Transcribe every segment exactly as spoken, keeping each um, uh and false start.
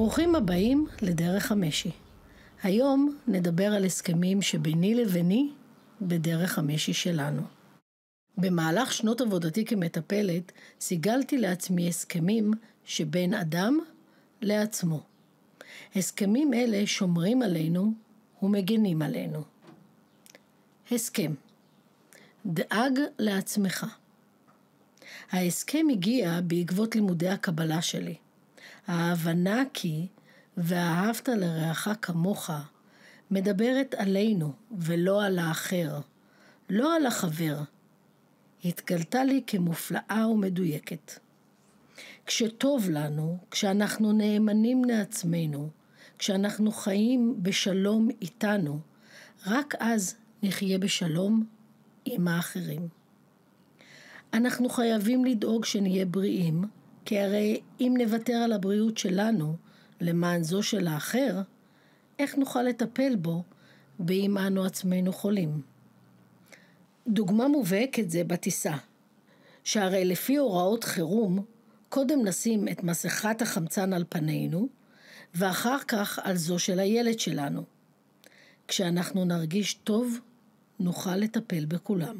ברוכים הבאים לדרך המשי. היום נדבר על הסכמים שביני לביני בדרך המשי שלנו. במהלך שנות עבודתי כמטפלת, סיגלתי לעצמי הסכמים שבין אדם לעצמו. הסכמים אלה שומרים עלינו ומגנים עלינו. הסכם. דאג לעצמך. ההסכם הגיע בעקבות לימודי הקבלה שלי. ההבנה כי ואהבת לרעך כמוך מדברת עלינו ולא על האחר, לא על החבר. התגלתה לי כמופלאה ומדויקת. כשטוב לנו, כשאנחנו נאמנים לעצמנו, כשאנחנו חיים בשלום איתנו, רק אז נחיה בשלום עם האחרים. אנחנו חייבים לדאוג שנהיה בריאים, כי הרי אם נוותר על הבריאות שלנו למען זו של האחר, איך נוכל לטפל בו ואם אנו עצמנו חולים? דוגמה מובהקת זה בטיסה, שהרי לפי הוראות חירום, קודם נשים את מסכת החמצן על פנינו, ואחר כך על זו של הילד שלנו. כשאנחנו נרגיש טוב, נוכל לטפל בכולם.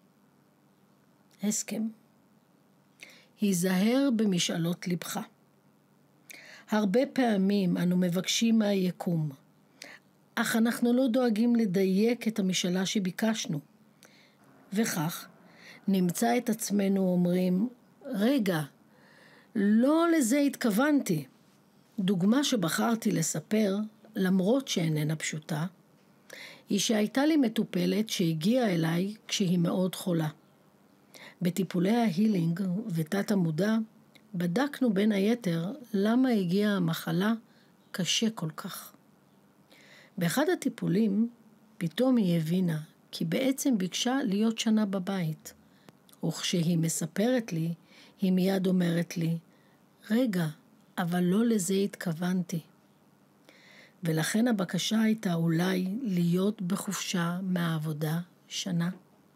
הסכם. היזהר במשאלות לבך. הרבה פעמים אנו מבקשים מהיקום, אך אנחנו לא דואגים לדייק את המשאלה שביקשנו. וכך נמצא את עצמנו אומרים, רגע, לא לזה התכוונתי. דוגמה שבחרתי לספר, למרות שאיננה פשוטה, היא שהייתה לי מטופלת שהגיעה אליי כשהיא מאוד חולה. בטיפולי ההילינג ותת המודע בדקנו בין היתר למה הגיעה המחלה קשה כל כך. באחד הטיפולים פתאום היא הבינה כי בעצם ביקשה להיות שנה בבית. וכשהיא מספרת לי, היא מיד אומרת לי, רגע, אבל לא לזה התכוונתי. ולכן הבקשה הייתה אולי להיות בחופשה מהעבודה שנה.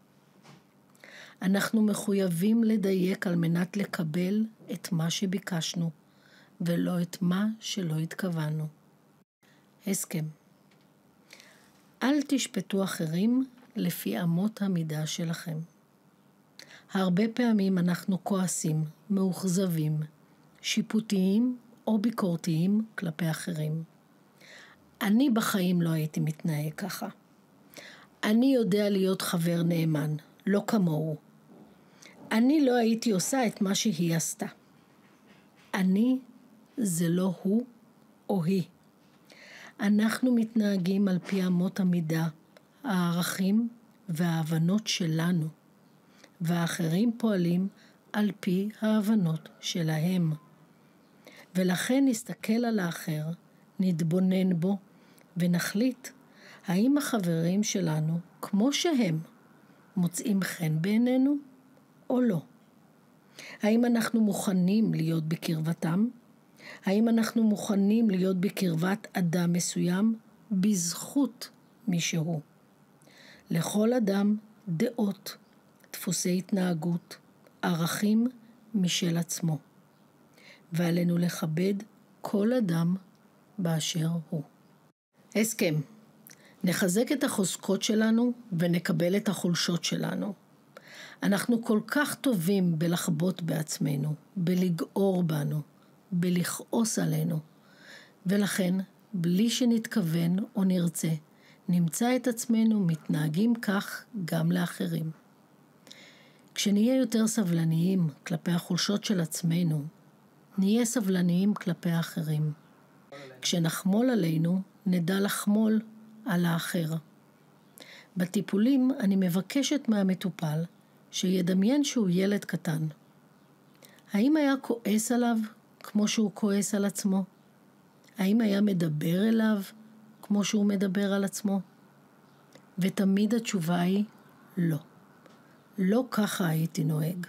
אנחנו מחויבים לדייק על מנת לקבל את מה שביקשנו, ולא את מה שלא התכוונו. הסכם. אל תשפטו אחרים לפי אמות המידה שלכם. הרבה פעמים אנחנו כועסים, מאוכזבים, שיפוטיים או ביקורתיים כלפי אחרים. אני בחיים לא הייתי מתנהג ככה. אני יודע להיות חבר נאמן, לא כמוהו. אני לא הייתי עושה את מה שהיא עשתה. אני זה לא הוא או היא. אנחנו מתנהגים על פי אמות המידה, הערכים וההבנות שלנו, והאחרים פועלים על פי ההבנות שלהם. ולכן נסתכל על האחר, נתבונן בו ונחליט האם החברים שלנו, כמו שהם, מוצאים חן בעינינו או לא. האם אנחנו מוכנים להיות בקרבתם? האם אנחנו מוכנים להיות בקרבת אדם מסוים בזכות מישהו? לכל אדם דעות, דפוסי התנהגות, ערכים משל עצמו. ועלינו לכבד כל אדם באשר הוא. הסכם. נחזק את החוזקות שלנו ונקבל את החולשות שלנו. אנחנו כל כך טובים בלחבוט בעצמנו, בלגעור בנו, בלכעוס עלינו. ולכן, בלי שנתכוון או נרצה, נמצא את עצמנו מתנהגים כך גם לאחרים. כשנהיה יותר סבלניים כלפי החולשות של עצמנו, נהיה סבלניים כלפי האחרים. כשנחמול עלינו, נדע לחמול על האחר. בטיפולים אני מבקשת מהמטופל שידמיין שהוא ילד קטן. האם היה כועס עליו כמו שהוא כועס על עצמו? האם היה מדבר אליו כמו שהוא מדבר על עצמו? ותמיד התשובה היא לא. לא ככה הייתי נוהג.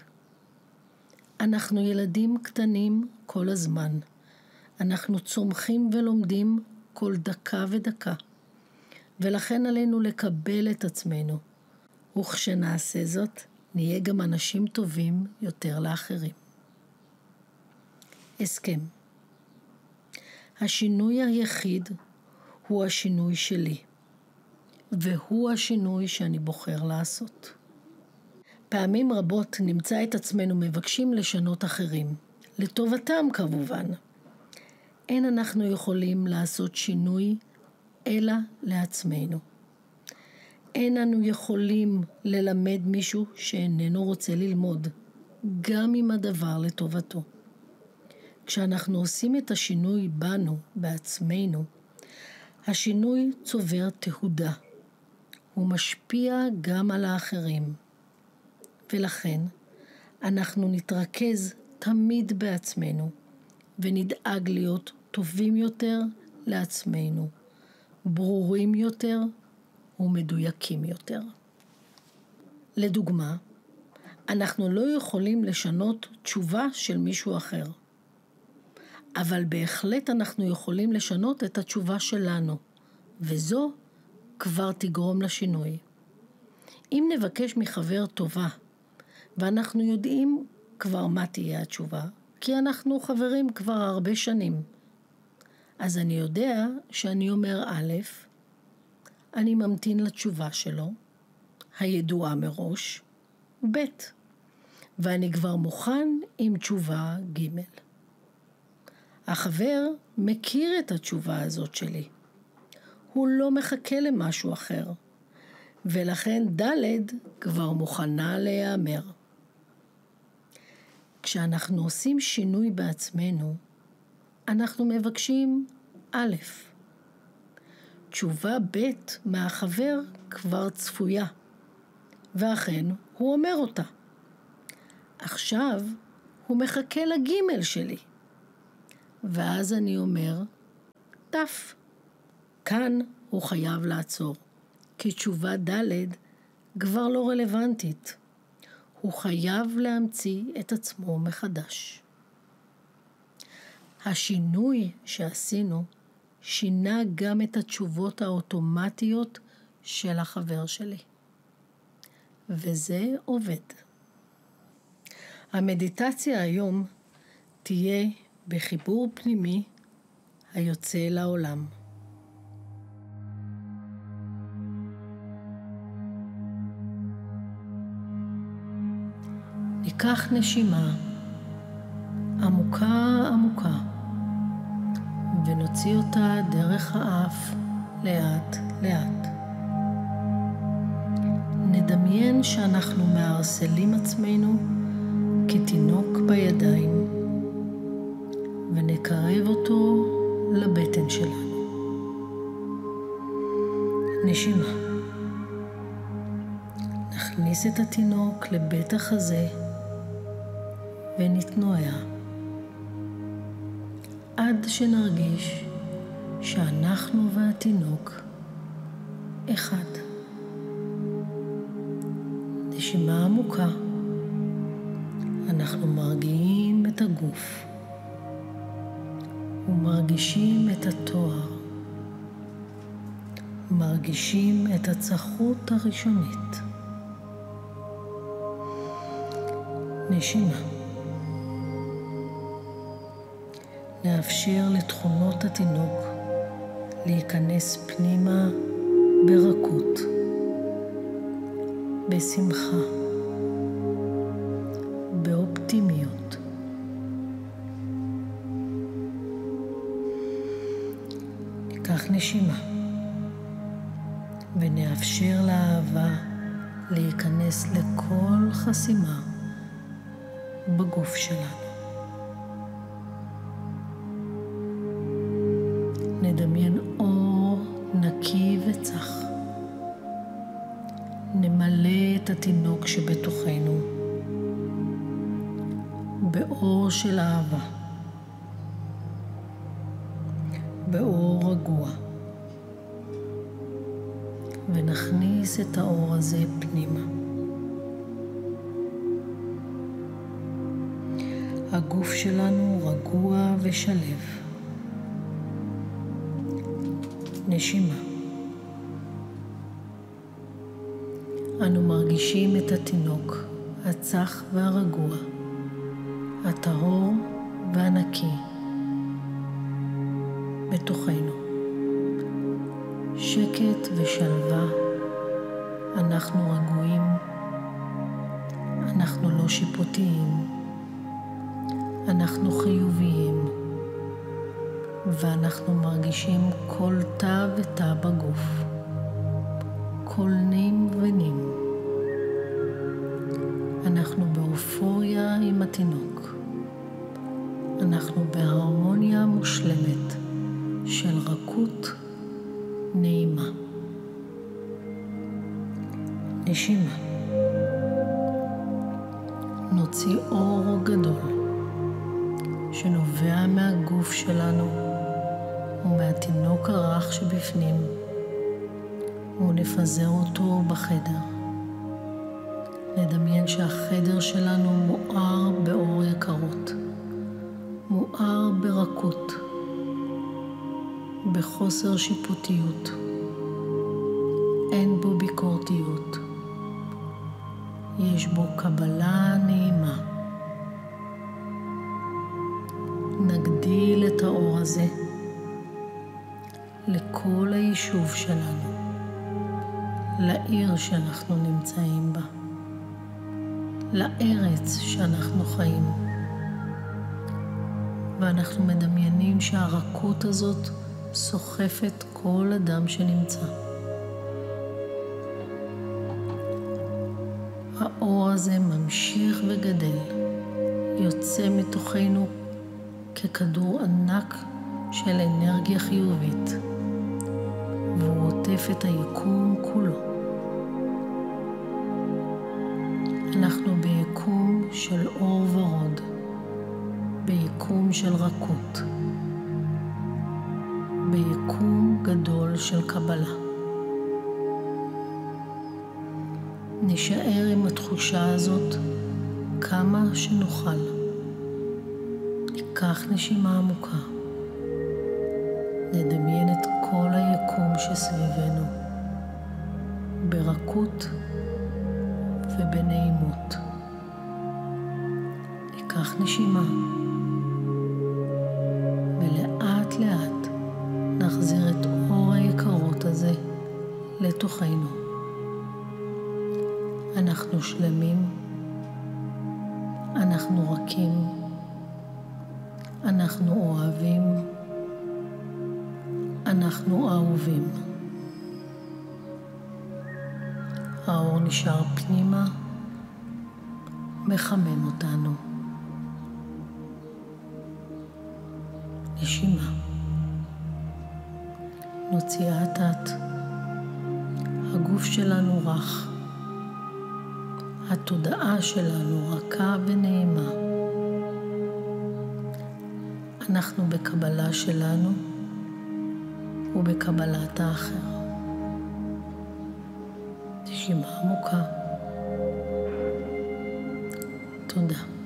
אנחנו ילדים קטנים כל הזמן. אנחנו צומחים ולומדים כל דקה ודקה. ולכן עלינו לקבל את עצמנו. וכשנעשה זאת, נהיה גם אנשים טובים יותר לאחרים. הסכם. השינוי היחיד הוא השינוי שלי, והוא השינוי שאני בוחר לעשות. פעמים רבות נמצא את עצמנו מבקשים לשנות אחרים, לטובתם כמובן. אין אנחנו יכולים לעשות שינוי אלא לעצמנו. אין אנו יכולים ללמד מישהו שאיננו רוצה ללמוד, גם אם הדבר לטובתו. כשאנחנו עושים את השינוי בנו, בעצמנו, השינוי צובר תהודה. הוא משפיע גם על האחרים. ולכן אנחנו נתרכז תמיד בעצמנו, ונדאג להיות טובים יותר לעצמנו, ברורים יותר ומדויקים יותר. לדוגמה, אנחנו לא יכולים לשנות תשובה של מישהו אחר, אבל בהחלט אנחנו יכולים לשנות את התשובה שלנו, וזו כבר תגרום לשינוי. אם נבקש מחבר טובה, ואנחנו יודעים כבר מה תהיה התשובה, כי אנחנו חברים כבר הרבה שנים, אז אני יודע שאני אומר א', אני ממתין לתשובה שלו, הידועה מראש, ב', ואני כבר מוכן עם תשובה ג'. החבר מכיר את התשובה הזאת שלי. הוא לא מחכה למשהו אחר, ולכן ד' כבר מוכנה להיאמר. כשאנחנו עושים שינוי בעצמנו, אנחנו מבקשים א', תשובה ב' מהחבר כבר צפויה, ואכן הוא אומר אותה. עכשיו הוא מחכה לג' שלי, ואז אני אומר ת'. כאן הוא חייב לעצור, כי תשובה ד' כבר לא רלוונטית. הוא חייב להמציא את עצמו מחדש. השינוי שעשינו שינה גם את התשובות האוטומטיות של החבר שלי. וזה עובד. המדיטציה היום תהיה בחיבור פנימי היוצא לעולם. ניקח נשימה עמוקה עמוקה ונוציא אותה דרך האף לאט לאט. נדמיין שאנחנו מערסלים עצמנו כתינוק בידיים ונקרב אותו לבטן שלנו. נשימה. נכניס את התינוק לבית החזה ונתנועע עד שנרגיש שאנחנו והתינוק אחד. נשימה עמוקה. אנחנו מרגיעים את הגוף ומרגישים את התואר, מרגישים את הצחות הראשונית. נשימה. נאפשר לתכונות התינוק להיכנס פנימה ברכות, בשמחה, באופטימיות. ניקח נשימה ונאפשר לאהבה להיכנס לכל חסימה בגוף שלנו. נדמיין אור נקי וצח. נמלא את התינוק שבתוכנו באור של אהבה, באור רגוע, ונכניס את האור הזה פנימה. הגוף שלנו רגוע ושלב. נשימה. אנו מרגישים את התינוק הצח והרגוע, הטהור והנקי, בתוכנו. שקט ושלווה, אנחנו רגועים, אנחנו לא שיפוטיים, אנחנו חיוביים, ואנחנו מרגישים כל תא ותא בגוף, כל נים ונים. אנחנו באופוריה עם התינוק. אנחנו בהרמוניה מושלמת של רכות נעימה. נשימה. נוציא אור גדול שנובע מהגוף שלנו ומהתינוק הרך שבפנים, ונפזר אותו בחדר. נדמיין שהחדר שלנו מואר באור יקרות, מואר ברכות, בחוסר שיפוטיות. אין בו ביקורתיות. יש בו קבלה נעימה. נגדיל את האור הזה לכל היישוב שלנו, לעיר שאנחנו נמצאים בה, לארץ שאנחנו חיים. ואנחנו מדמיינים שהרכות הזאת סוחפת כל אדם שנמצא. האור הזה ממשיך וגדל, יוצא מתוכנו ככדור ענק של אנרגיה חיובית, והוא עוטף את היקום כולו. אנחנו ביקום של אור ורוד, ביקום של רכות, ביקום גדול של קבלה. נשאר עם התחושה הזאת כמה שנוכל. ניקח נשימה עמוקה. נדמיין את כל היקום שסביבנו ברכות ובנעימות. ניקח נשימה ולאט לאט נחזיר את אור היקרות הזה לתוכנו. אנחנו שלמים, אנחנו רכים, אנחנו אוהבים, אנחנו אהובים. האור נשאר פנימה, מחמם אותנו. נשימה. נוציאה אט-אט. הגוף שלנו רך. התודעה שלנו רכה ונעימה. אנחנו בקבלה שלנו ובקבלת האחר. נשימה עמוקה. תודה.